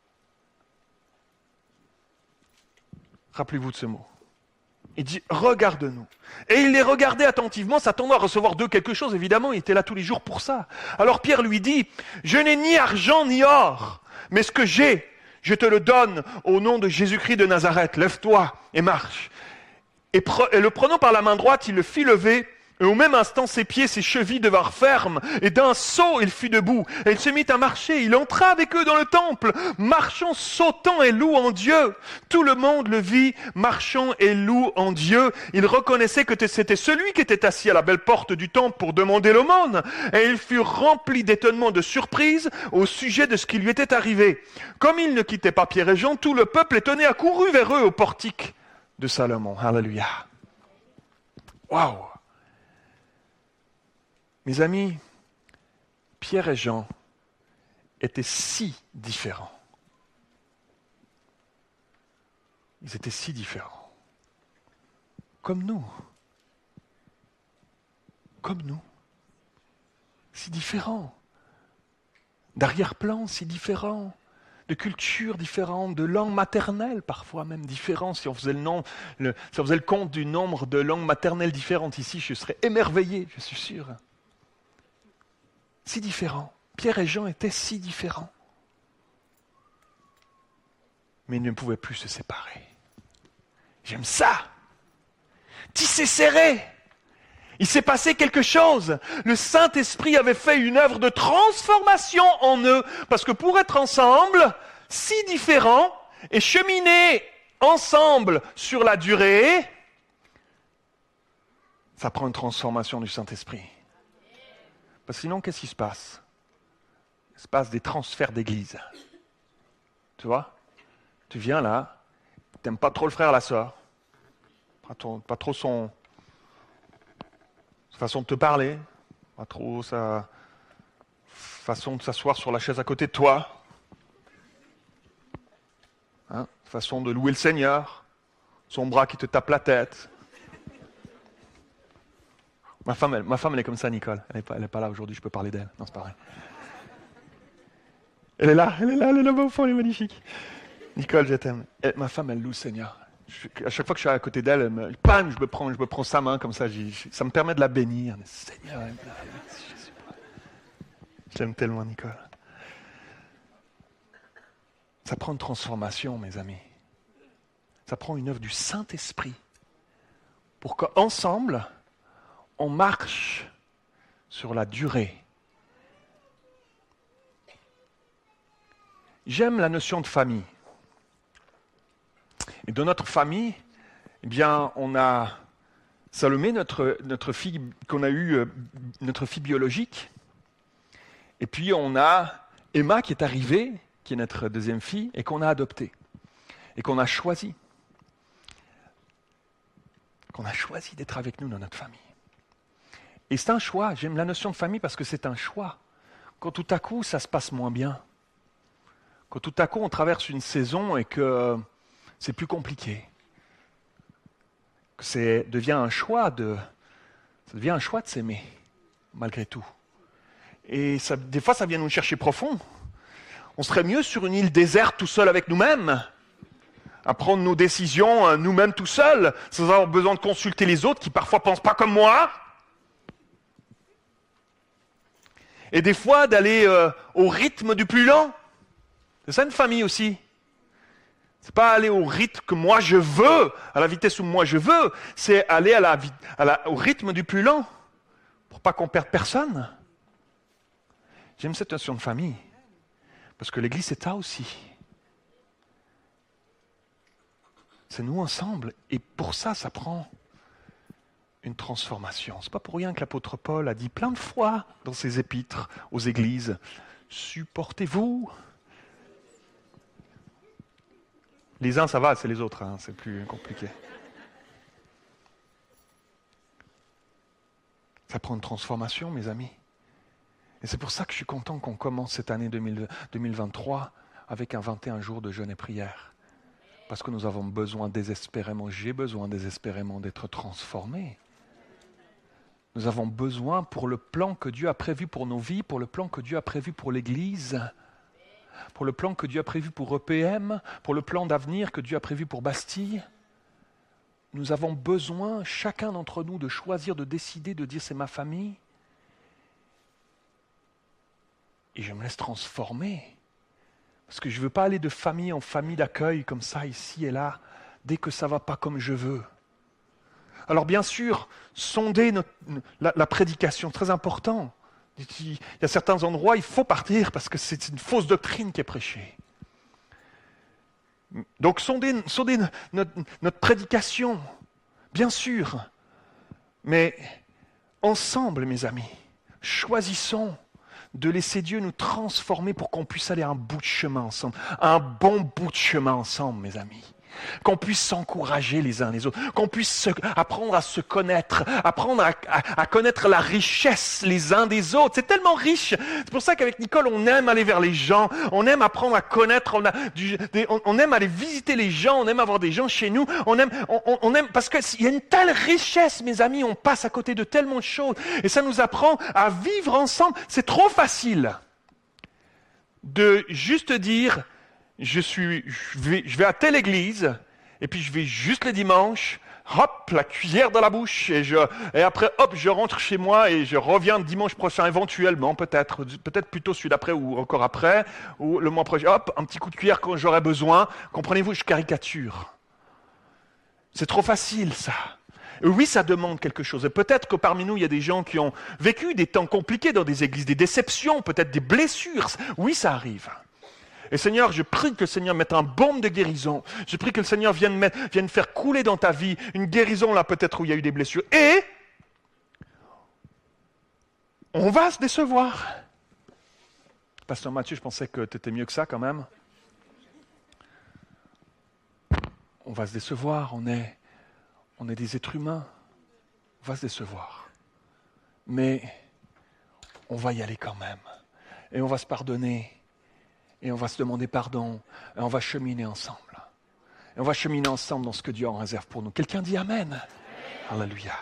Rappelez-vous de ce mot. Il dit « Regarde-nous ». Et il les regardait attentivement, s'attendant à recevoir d'eux quelque chose. Évidemment, il était là tous les jours pour ça. Alors Pierre lui dit « Je n'ai ni argent ni or, mais ce que j'ai, je te le donne au nom de Jésus-Christ de Nazareth. Lève-toi et marche. » Et, pre- et le prenant par la main droite, il le fit lever. Et au même instant, ses pieds, ses chevilles devinrent fermes, et d'un saut, il fut debout. Et il se mit à marcher. Il entra avec eux dans le temple, marchant, sautant et louant Dieu. Tout le monde le vit, marchant et louant Dieu. Il reconnaissait que c'était celui qui était assis à la belle porte du temple pour demander l'aumône. Et il fut rempli d'étonnement, de surprise au sujet de ce qui lui était arrivé. Comme il ne quittait pas Pierre et Jean, tout le peuple étonné accourut vers eux au portique de Salomon. Alléluia. Waouh! Mes amis, Pierre et Jean étaient si différents. Ils étaient si différents. Comme nous. Comme nous. Si différents. D'arrière-plan, si différents. De cultures différentes, de langues maternelles parfois même différentes. Si on faisait le, nom, le, si on faisait le compte du nombre de langues maternelles différentes ici, je serais émerveillé, je suis sûr. Si différents. Pierre et Jean étaient si différents. Mais ils ne pouvaient plus se séparer. J'aime ça. Tissé serré. Il s'est passé quelque chose. Le Saint-Esprit avait fait une œuvre de transformation en eux. Parce que pour être ensemble, si différents, et cheminer ensemble sur la durée, ça prend une transformation du Saint-Esprit. Parce que sinon, qu'est-ce qui se passe? Il se passe des transferts d'église. Tu vois? Tu viens là, tu n'aimes pas trop le frère, la sœur, pas trop, pas trop son, sa façon de te parler, pas trop sa façon de s'asseoir sur la chaise à côté de toi, hein? Façon de louer le Seigneur, son bras qui te tape la tête. Ma femme, elle, ma femme, elle est comme ça, Nicole. Elle n'est pas, elle est pas là aujourd'hui, je peux parler d'elle. Non, c'est pas vrai. Elle est là, elle est là, elle est là-bas au fond, elle est magnifique. Nicole, je t'aime. Et ma femme, elle loue le Seigneur. Je, à chaque fois que je suis à côté d'elle, elle me, bam, je me prends, je me prends sa main comme ça. Je, je, ça me permet de la bénir. Seigneur, merci, Jésus. J'aime tellement Nicole. Ça prend une transformation, mes amis. Ça prend une œuvre du Saint-Esprit pour qu'ensemble, on marche sur la durée. J'aime la notion de famille. Et dans notre famille, eh bien, on a Salomé, notre, notre fille qu'on a eue, euh, notre fille biologique. Et puis on a Emma qui est arrivée, qui est notre deuxième fille, et qu'on a adoptée. Et qu'on a choisi. Qu'on a choisi d'être avec nous dans notre famille. Et c'est un choix. J'aime la notion de famille parce que c'est un choix. Quand tout à coup, ça se passe moins bien. Quand tout à coup, on traverse une saison et que c'est plus compliqué. Que c'est devient un choix de, ça devient un choix de s'aimer, malgré tout. Et ça, des fois, ça vient nous chercher profond. On serait mieux sur une île déserte, tout seul avec nous-mêmes, à prendre nos décisions nous-mêmes tout seuls, sans avoir besoin de consulter les autres qui parfois pensent pas comme moi. Et des fois, d'aller euh, au rythme du plus lent. C'est ça une famille aussi. C'est pas aller au rythme que moi je veux, à la vitesse où moi je veux. C'est aller à la, à la, au rythme du plus lent, pour pas qu'on perde personne. J'aime cette notion de famille, parce que l'Église c'est ça aussi. C'est nous ensemble, et pour ça, ça prend une transformation. C'est pas pour rien que l'apôtre Paul a dit plein de fois dans ses épîtres aux églises, supportez-vous. Les uns, ça va, c'est les autres, hein, c'est plus compliqué. Ça prend une transformation, mes amis. Et c'est pour ça que je suis content qu'on commence cette année deux mille vingt-trois avec un vingt et un jours de jeûne et prière. Parce que nous avons besoin désespérément, j'ai besoin désespérément d'être transformé. Nous avons besoin pour le plan que Dieu a prévu pour nos vies, pour le plan que Dieu a prévu pour l'Église, pour le plan que Dieu a prévu pour E P M, pour le plan d'avenir que Dieu a prévu pour Bastille. Nous avons besoin, chacun d'entre nous, de choisir, de décider, de dire c'est ma famille. Et je me laisse transformer. Parce que je ne veux pas aller de famille en famille d'accueil comme ça, ici et là, dès que ça ne va pas comme je veux. Alors bien sûr, sonder notre, la, la prédication, très important. Il y a certains endroits, il faut partir parce que c'est une fausse doctrine qui est prêchée. Donc sonder, sonder notre, notre prédication, bien sûr. Mais ensemble, mes amis, choisissons de laisser Dieu nous transformer pour qu'on puisse aller un bout de chemin ensemble, un bon bout de chemin ensemble, mes amis. Qu'on puisse s'encourager les uns les autres, qu'on puisse se, apprendre à se connaître, apprendre à, à, à connaître la richesse les uns des autres. C'est tellement riche. C'est pour ça qu'avec Nicole, on aime aller vers les gens, on aime apprendre à connaître, on, a du, des, on, on aime aller visiter les gens, on aime avoir des gens chez nous, on aime, on, on, on aime parce qu'il y a une telle richesse, mes amis, on passe à côté de tellement de choses et ça nous apprend à vivre ensemble. C'est trop facile de juste dire Je, suis, je, vais, je vais à telle église, et puis je vais juste les dimanches, hop, la cuillère dans la bouche, et, je, et après, hop, je rentre chez moi, et je reviens dimanche prochain, éventuellement, peut-être, peut-être plutôt celui d'après, ou encore après, ou le mois prochain, hop, un petit coup de cuillère quand j'aurai besoin. Comprenez-vous, je caricature. C'est trop facile, ça. Et oui, ça demande quelque chose. Et peut-être que parmi nous, il y a des gens qui ont vécu des temps compliqués dans des églises, des déceptions, peut-être des blessures. Oui, ça arrive. Et Seigneur, je prie que le Seigneur mette un baume de guérison. Je prie que le Seigneur vienne, mettre, vienne faire couler dans ta vie une guérison là peut-être où il y a eu des blessures. Et on va se décevoir. Pasteur Mathieu, je pensais que tu étais mieux que ça quand même. On va se décevoir, on est, on est des êtres humains. On va se décevoir. Mais on va y aller quand même. Et on va se pardonner. Et on va se demander pardon, et on va cheminer ensemble. Et on va cheminer ensemble dans ce que Dieu en réserve pour nous. Quelqu'un dit Amen. Alléluia.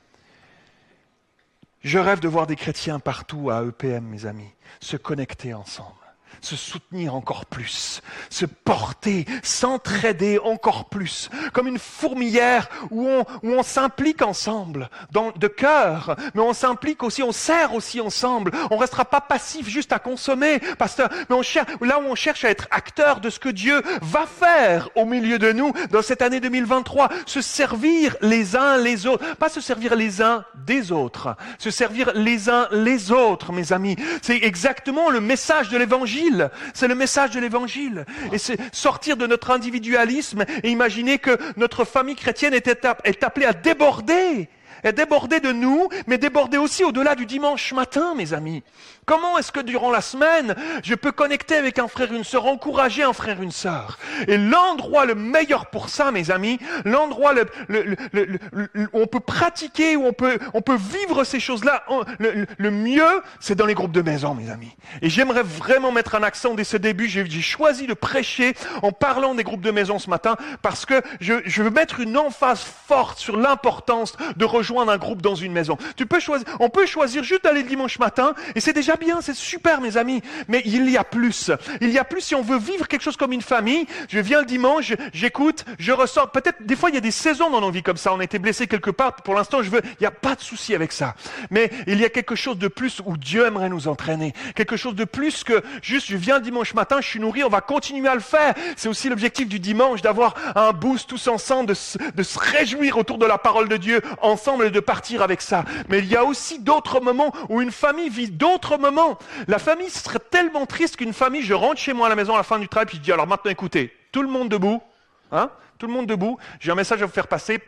Je rêve de voir des chrétiens partout à E P M, mes amis, se connecter ensemble, se soutenir encore plus, se porter, s'entraider encore plus, comme une fourmilière où on, où on s'implique ensemble, dans, de cœur, mais on s'implique aussi, on sert aussi ensemble. On ne restera pas passif juste à consommer, pasteur, mais on cherche, là où on cherche à être acteur de ce que Dieu va faire au milieu de nous dans cette année deux mille vingt-trois, se servir les uns les autres, pas se servir les uns des autres, se servir les uns les autres, mes amis. C'est exactement le message de l'Évangile. C'est le message de l'Évangile. Et c'est sortir de notre individualisme et imaginer que notre famille chrétienne est, est appelée à déborder. À déborder de nous, mais déborder aussi au-delà du dimanche matin, mes amis. Comment est-ce que durant la semaine, je peux connecter avec un frère, une sœur, encourager un frère, une sœur? Et l'endroit le meilleur pour ça, mes amis, l'endroit le, le, le, le, le, où on peut pratiquer, où on peut, on peut vivre ces choses-là, le, le mieux, c'est dans les groupes de maison, mes amis. Et j'aimerais vraiment mettre un accent dès ce début. J'ai, j'ai choisi de prêcher en parlant des groupes de maison ce matin parce que je, je veux mettre une emphase forte sur l'importance de rejoindre un groupe dans une maison. Tu peux choisir, on peut choisir juste d'aller le dimanche matin et c'est déjà bien, c'est super mes amis, mais il y a plus. Il y a plus si on veut vivre quelque chose comme une famille. Je viens le dimanche, j'écoute, je ressens. Peut-être des fois il y a des saisons dans nos vies comme ça. On a été blessé quelque part. Pour l'instant, je veux. Il n'y a pas de souci avec ça. Mais il y a quelque chose de plus où Dieu aimerait nous entraîner. Quelque chose de plus que juste je viens le dimanche matin, je suis nourri. On va continuer à le faire. C'est aussi l'objectif du dimanche d'avoir un boost tous ensemble, de se, de se réjouir autour de la parole de Dieu ensemble et de partir avec ça. Mais il y a aussi d'autres moments où une famille vit d'autres moments. La famille, ce serait tellement triste qu'une famille, je rentre chez moi à la maison à la fin du travail, puis je dis, alors maintenant écoutez, tout le monde debout, hein, tout le monde debout, j'ai un message à vous faire passer,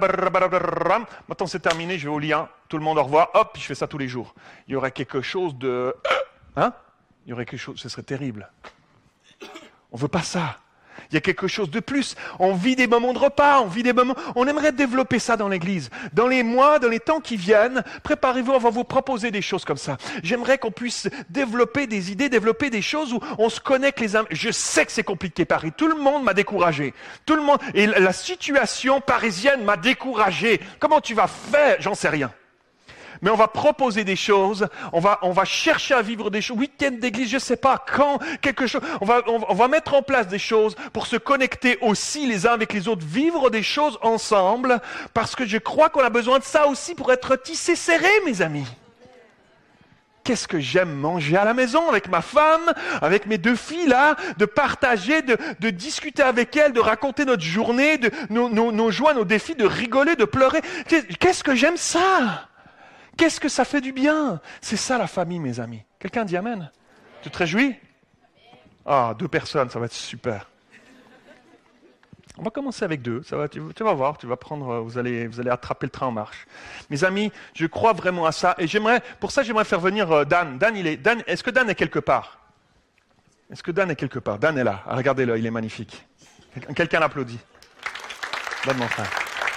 maintenant c'est terminé, je vais au lit, hein, tout le monde au revoir, hop, je fais ça tous les jours. Il y aurait quelque chose de... Hein? Il y aurait quelque chose, ce serait terrible. On ne veut pas ça. Il y a quelque chose de plus. On vit des moments de repas, on vit des moments... On aimerait développer ça dans l'Église. Dans les mois, dans les temps qui viennent, préparez-vous, on va vous proposer des choses comme ça. J'aimerais qu'on puisse développer des idées, développer des choses où on se connecte les uns. Je sais que c'est compliqué, Paris. Tout le monde m'a découragé. Tout le monde... Et la situation parisienne m'a découragé. Comment tu vas faire? J'en sais rien. Mais on va proposer des choses, on va, on va chercher à vivre des choses, week-end d'église, je ne sais pas quand, quelque chose. On va, on, on va mettre en place des choses pour se connecter aussi les uns avec les autres, vivre des choses ensemble, parce que je crois qu'on a besoin de ça aussi pour être tissé serré, mes amis. Qu'est-ce que j'aime manger à la maison avec ma femme, avec mes deux filles là, de partager, de, de discuter avec elles, de raconter notre journée, de, nos, nos, nos joies, nos défis, de rigoler, de pleurer. Qu'est-ce que j'aime ça? Qu'est-ce que ça fait du bien? C'est ça la famille, mes amis. Quelqu'un dit amen? Tu te réjouis? Ah, deux personnes, ça va être super. On va commencer avec deux. Ça va, tu, tu vas voir, tu vas prendre, vous allez, vous allez attraper le train en marche. Mes amis, je crois vraiment à ça. Et j'aimerais, pour ça, j'aimerais faire venir Dan. Dan, il est. Dan, est-ce que Dan est quelque part? Est-ce que Dan est quelque part? Dan est là. Ah, regardez-le, il est magnifique. Quelqu'un l'applaudit. Dan, mon frère.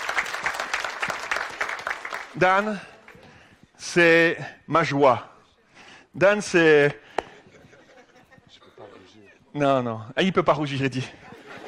Dan. C'est ma joie. Dan, c'est... Je peux pas rougir. Non, non. Ah, il ne peut pas rougir, j'ai dit.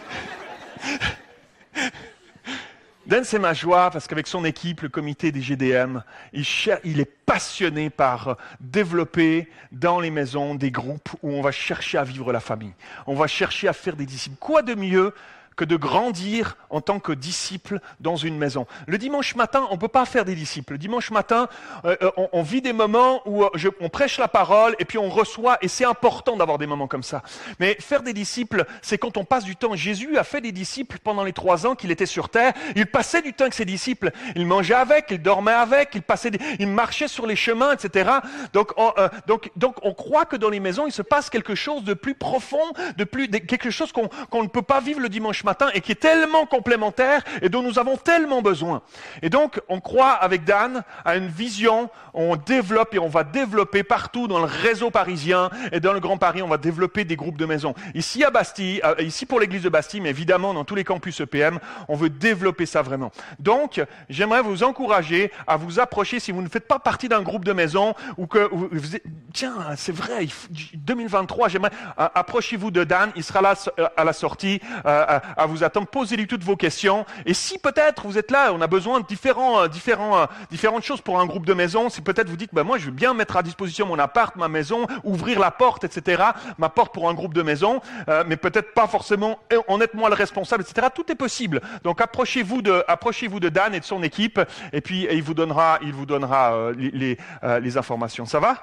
Dan, c'est ma joie parce qu'avec son équipe, le comité des G D M, il, cher... il est passionné par développer dans les maisons des groupes où on va chercher à vivre la famille. On va chercher à faire des disciples. Quoi de mieux que de grandir en tant que disciple dans une maison. Le dimanche matin, on ne peut pas faire des disciples. Le dimanche matin, euh, on, on vit des moments où je, on prêche la parole et puis on reçoit, et c'est important d'avoir des moments comme ça. Mais faire des disciples, c'est quand on passe du temps. Jésus a fait des disciples pendant les trois ans qu'il était sur terre. Il passait du temps avec ses disciples. Il mangeait avec, il dormait avec, il, passait des, il marchait sur les chemins, et cetera. Donc on, euh, donc, donc on croit que dans les maisons, il se passe quelque chose de plus profond, de plus, de, quelque chose qu'on, qu'on ne peut pas vivre le dimanche matin. Matin et qui est tellement complémentaire et dont nous avons tellement besoin. Et donc, on croit avec Dan à une vision, on développe et on va développer partout dans le réseau parisien et dans le Grand Paris, on va développer des groupes de maisons. Ici à Bastille, euh, ici pour l'église de Bastille, mais évidemment dans tous les campus E P M, on veut développer ça vraiment. Donc, j'aimerais vous encourager à vous approcher si vous ne faites pas partie d'un groupe de maison ou que vous, vous tiens, c'est vrai, deux mille vingt-trois, j'aimerais, euh, approchez-vous de Dan, il sera là euh, à la sortie, euh, à, à vous attendre, posez-lui toutes vos questions. Et si peut-être vous êtes là, on a besoin de différents, euh, différents, euh, différentes choses pour un groupe de maison, si peut-être vous dites, ben moi je veux bien mettre à disposition mon appart, ma maison, ouvrir la porte, et cetera, ma porte pour un groupe de maison, euh, mais peut-être pas forcément en être moi le responsable, et cetera. Tout est possible. Donc approchez-vous de, approchez-vous de Dan et de son équipe, et puis et il vous donnera, il vous donnera euh, les, les, euh, les informations. Ça va?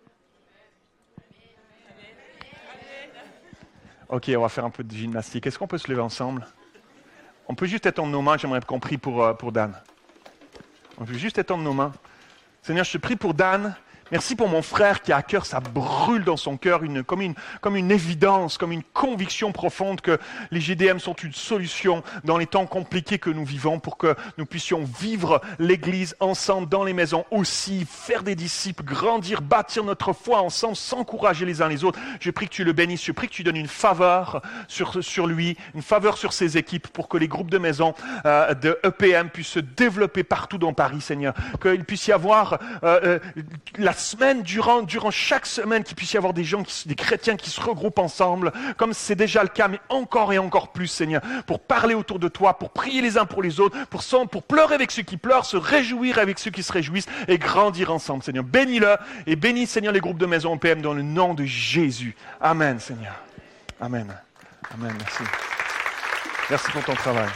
Ok, on va faire un peu de gymnastique. Est-ce qu'on peut se lever ensemble? On peut juste étendre nos mains, j'aimerais être compris pour, euh, pour Dan. On peut juste étendre nos mains. Seigneur, je te prie pour Dan. Merci pour mon frère qui a à cœur, ça brûle dans son cœur, une, comme, une, comme une évidence, comme une conviction profonde que les G D M sont une solution dans les temps compliqués que nous vivons pour que nous puissions vivre l'Église ensemble dans les maisons aussi, faire des disciples, grandir, bâtir notre foi ensemble, s'encourager les uns les autres. Je prie que tu le bénisses, je prie que tu donnes une faveur sur, sur lui, une faveur sur ses équipes pour que les groupes de maisons euh, de E P M puissent se développer partout dans Paris, Seigneur. Qu'il puisse y avoir euh, euh, la semaine, durant, durant chaque semaine, qu'il puisse y avoir des gens, qui, des chrétiens qui se regroupent ensemble, comme c'est déjà le cas, mais encore et encore plus, Seigneur, pour parler autour de toi, pour prier les uns pour les autres, pour, pour pleurer avec ceux qui pleurent, se réjouir avec ceux qui se réjouissent et grandir ensemble, Seigneur. Bénis-le et bénis, Seigneur, les groupes de maison E P M dans le nom de Jésus. Amen, Seigneur. Amen. Amen, merci. Merci pour ton travail.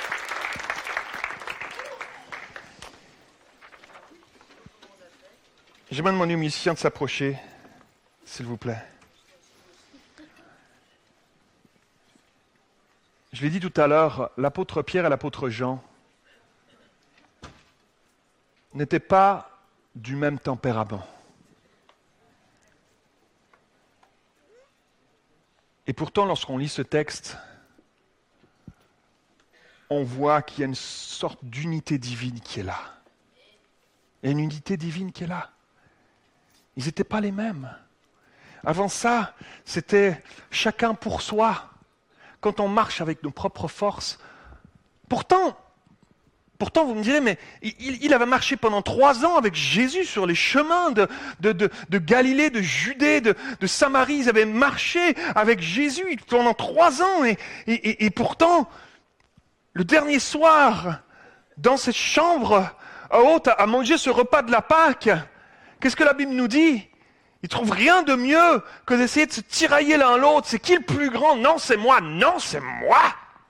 J'aimerais demander aux musiciens de s'approcher, s'il vous plaît. Je l'ai dit tout à l'heure, l'apôtre Pierre et l'apôtre Jean n'étaient pas du même tempérament. Et pourtant, lorsqu'on lit ce texte, on voit qu'il y a une sorte d'unité divine qui est là. Il y a une unité divine qui est là. Ils n'étaient pas les mêmes. Avant ça, c'était chacun pour soi. quand on marche avec nos propres forces. Pourtant, pourtant vous me direz, mais il, il avait marché pendant trois ans avec Jésus sur les chemins de, de, de, de Galilée, de Judée, de, de Samarie. Ils avaient marché avec Jésus pendant trois ans. Et, et, et pourtant, le dernier soir, dans cette chambre haute, à manger ce repas de la Pâque, qu'est-ce que la Bible nous dit? Ils ne trouvent rien de mieux que d'essayer de se tirailler l'un l'autre. C'est qui le plus grand? Non, c'est moi. Non, c'est moi.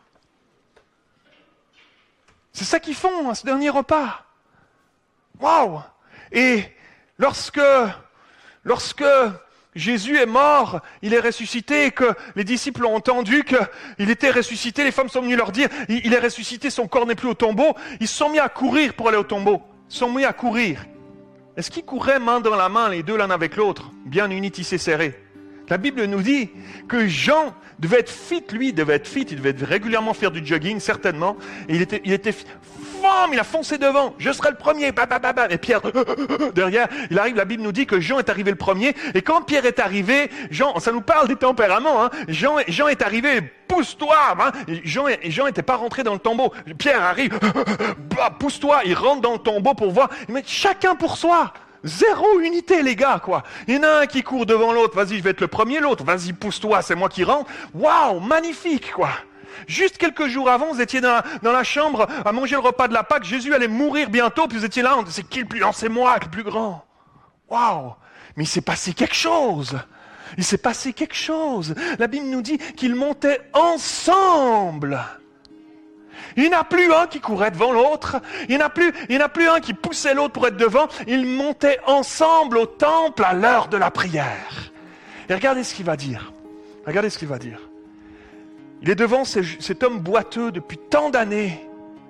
C'est ça qu'ils font à ce dernier repas. Waouh! Et lorsque, lorsque Jésus est mort, il est ressuscité et que les disciples ont entendu qu'il était ressuscité, les femmes sont venues leur dire, il, il est ressuscité, son corps n'est plus au tombeau. Ils se sont mis à courir pour aller au tombeau. Ils se sont mis à courir. Est-ce qu'ils couraient main dans la main, les deux l'un avec l'autre, bien unis, tissés, serrés? La Bible nous dit que Jean devait être fit, lui, il devait être fit, il devait régulièrement faire du jogging, certainement. Et il était, il était, femme, il a foncé devant. Je serai le premier. Bah, bah, bah, bah. Et Pierre, derrière, il arrive, la Bible nous dit que Jean est arrivé le premier. Et quand Pierre est arrivé, Jean, ça nous parle des tempéraments, hein. Jean, Jean est arrivé, pousse-toi, hein. Jean, Jean était pas rentré dans le tombeau. Pierre arrive, bah, pousse-toi, il rentre dans le tombeau pour voir. Mais chacun pour soi. Zéro unité, les gars, quoi. Il y en a un qui court devant l'autre. Vas-y, je vais être le premier, l'autre. Vas-y, pousse-toi, c'est moi qui rentre. Waouh, magnifique, quoi. Juste quelques jours avant, vous étiez dans la, dans la chambre à manger le repas de la Pâque. Jésus allait mourir bientôt, puis vous étiez là. On dit, c'est qui le plus grand? C'est moi, le plus grand. Waouh. Mais il s'est passé quelque chose. Il s'est passé quelque chose. La Bible nous dit qu'ils montaient ensemble. Il n'y en a plus un qui courait devant l'autre. Il n'y en a plus, il n'y en a plus un qui poussait l'autre pour être devant. Ils montaient ensemble au temple à l'heure de la prière. Et regardez ce qu'il va dire. Regardez ce qu'il va dire. Il est devant ces, cet homme boiteux depuis tant d'années.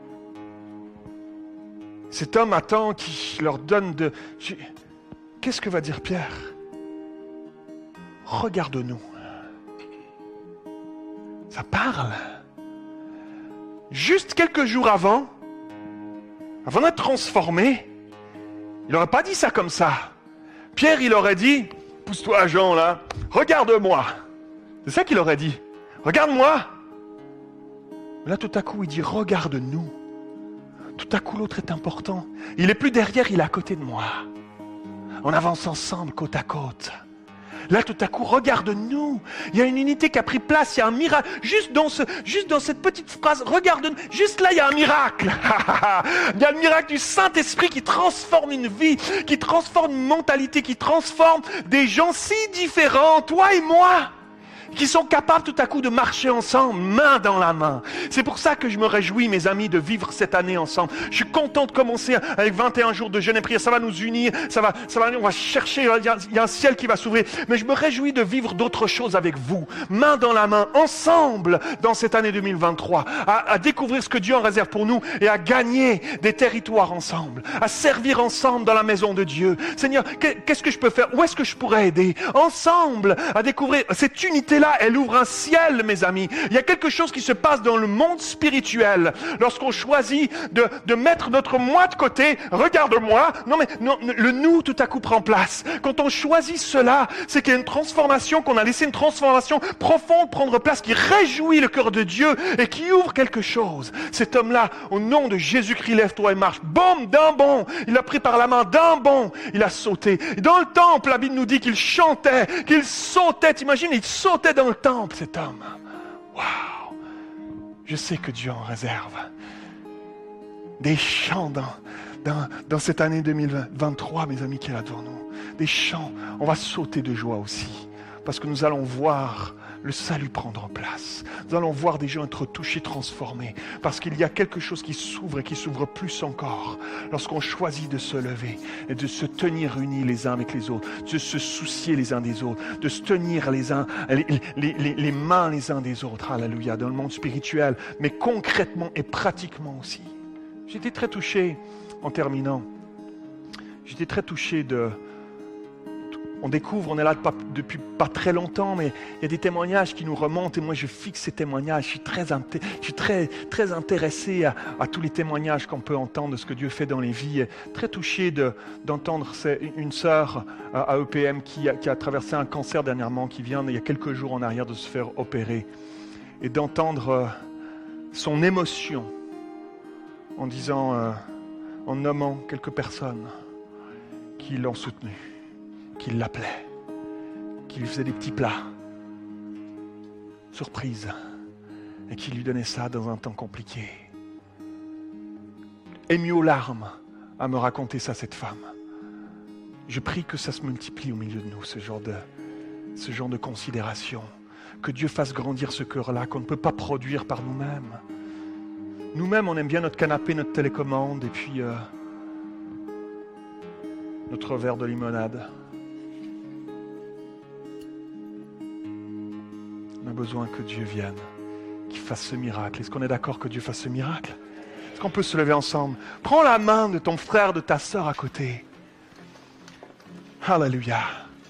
Cet homme attend qui leur donne de... Qu'est-ce que va dire Pierre? Regarde-nous. Ça parle. Juste quelques jours avant, avant d'être transformé, il n'aurait pas dit ça comme ça. Pierre, il aurait dit, pousse-toi Jean là, regarde-moi. C'est ça qu'il aurait dit. Regarde-moi. Là, tout à coup, il dit, regarde-nous. Tout à coup, l'autre est important. Il n'est plus derrière, il est à côté de moi. On avance ensemble, côte à côte. Là, tout à coup, regarde-nous. Il y a une unité qui a pris place, il y a un miracle. Juste dans, ce, juste dans cette petite phrase, regarde-nous. Juste là, il y a un miracle. Il y a le miracle du Saint-Esprit qui transforme une vie, qui transforme une mentalité, qui transforme des gens si différents, toi et moi, qui sont capables tout à coup de marcher ensemble, main dans la main. C'est pour ça que je me réjouis, mes amis, de vivre cette année ensemble. Je suis content de commencer avec vingt et un jours de jeûne et prière. Ça va nous unir, ça va, ça va, on va chercher, il y a, il y a un ciel qui va s'ouvrir. Mais je me réjouis de vivre d'autres choses avec vous, main dans la main, ensemble, dans cette année deux mille vingt-trois, à, à découvrir ce que Dieu en réserve pour nous et à gagner des territoires ensemble, à servir ensemble dans la maison de Dieu. Seigneur, qu'est-ce que je peux faire? Où est-ce que je pourrais aider? Ensemble, à découvrir cette unité là, elle ouvre un ciel, mes amis. Il y a quelque chose qui se passe dans le monde spirituel lorsqu'on choisit de, de mettre notre moi de côté. Regarde-moi. Non, mais non, le nous tout à coup prend place. Quand on choisit cela, c'est qu'il y a une transformation, qu'on a laissé une transformation profonde prendre place, qui réjouit le cœur de Dieu et qui ouvre quelque chose. Cet homme-là, au nom de Jésus-Christ, lève-toi et marche. Boum, d'un bond. Il a pris par la main d'un bond. Il a sauté. Et dans le temple, la Bible nous dit qu'il chantait, qu'il sautait. T'imagines, il sautait dans le temple, cet homme. Waouh! Je sais que Dieu en réserve des chants dans, dans, dans cette année deux mille vingt-trois, mes amis, qui est là devant nous. Des chants. On va sauter de joie aussi, parce que nous allons voir le salut prendre place. Nous allons voir des gens être touchés, transformés, parce qu'il y a quelque chose qui s'ouvre et qui s'ouvre plus encore lorsqu'on choisit de se lever et de se tenir unis les uns avec les autres, de se soucier les uns des autres, de se tenir les uns, les, les, les, les mains les uns des autres. Alléluia, dans le monde spirituel, mais concrètement et pratiquement aussi. J'étais très touché, en terminant, j'étais très touché de... On découvre, on est là pas, depuis pas très longtemps, mais il y a des témoignages qui nous remontent et moi je fixe ces témoignages. Je suis très, je suis très, très intéressé à, à tous les témoignages qu'on peut entendre de ce que Dieu fait dans les vies. Très touché de, d'entendre une sœur à E P M qui a, qui a traversé un cancer dernièrement, qui vient il y a quelques jours en arrière de se faire opérer. et d'entendre euh, son émotion en disant, euh, en nommant quelques personnes qui l'ont soutenu, qui l'appelaient, qui lui faisaient des petits plats, surprise, et qui lui donnaient ça dans un temps compliqué. Ému aux larmes à me raconter ça, cette femme. Je prie que ça se multiplie au milieu de nous, ce genre de, ce genre de considération. Que Dieu fasse grandir ce cœur-là, qu'on ne peut pas produire par nous-mêmes. Nous-mêmes, on aime bien notre canapé, notre télécommande, et puis euh, notre verre de limonade. On a besoin que Dieu vienne, qu'il fasse ce miracle. Est-ce qu'on est d'accord que Dieu fasse ce miracle? Est-ce qu'on peut se lever ensemble? Prends la main de ton frère, de ta sœur à côté. Alléluia.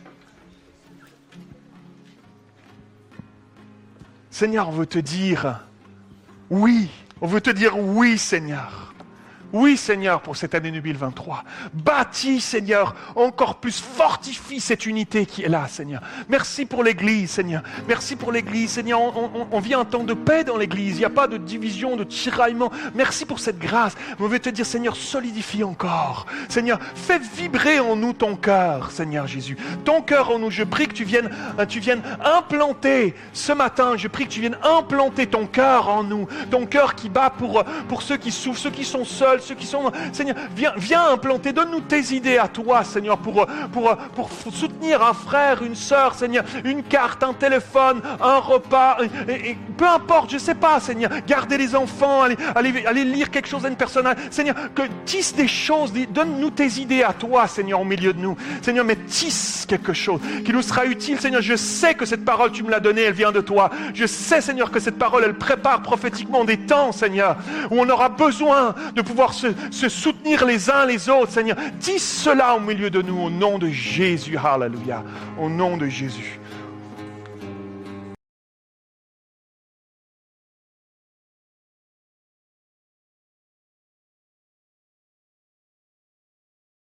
Seigneur, on veut te dire oui. On veut te dire oui, Seigneur. Oui, Seigneur, pour cette année deux mille vingt-trois. Bâtis, Seigneur, encore plus, fortifie cette unité qui est là, Seigneur. Merci pour l'Église, Seigneur. Merci pour l'Église, Seigneur. On, on, on vit un temps de paix dans l'Église. Il n'y a pas de division, de tiraillement. Merci pour cette grâce. On veut te dire, Seigneur, solidifie encore. Seigneur, fais vibrer en nous ton cœur, Seigneur Jésus. Ton cœur en nous. Je prie que tu viennes, tu viennes implanter ce matin. Je prie que tu viennes implanter ton cœur en nous. Ton cœur qui bat pour, pour ceux qui souffrent, ceux qui sont seuls, ceux qui sont... Seigneur, viens, viens implanter, donne-nous tes idées à toi, Seigneur, pour, pour, pour soutenir un frère, une sœur, Seigneur, une carte, un téléphone, un repas, et, et, peu importe, je ne sais pas, Seigneur, garder les enfants, aller, aller, aller lire quelque chose à une personne, Seigneur, que tisse des choses, donne-nous tes idées à toi, Seigneur, au milieu de nous, Seigneur, mais tisse quelque chose qui nous sera utile, Seigneur. Je sais que cette parole, tu me l'as donnée, elle vient de toi. Je sais, Seigneur, que cette parole, elle prépare prophétiquement des temps, Seigneur, où on aura besoin de pouvoir Se, se soutenir les uns les autres, Seigneur. Dis cela au milieu de nous, au nom de Jésus. Alléluia. Au nom de Jésus.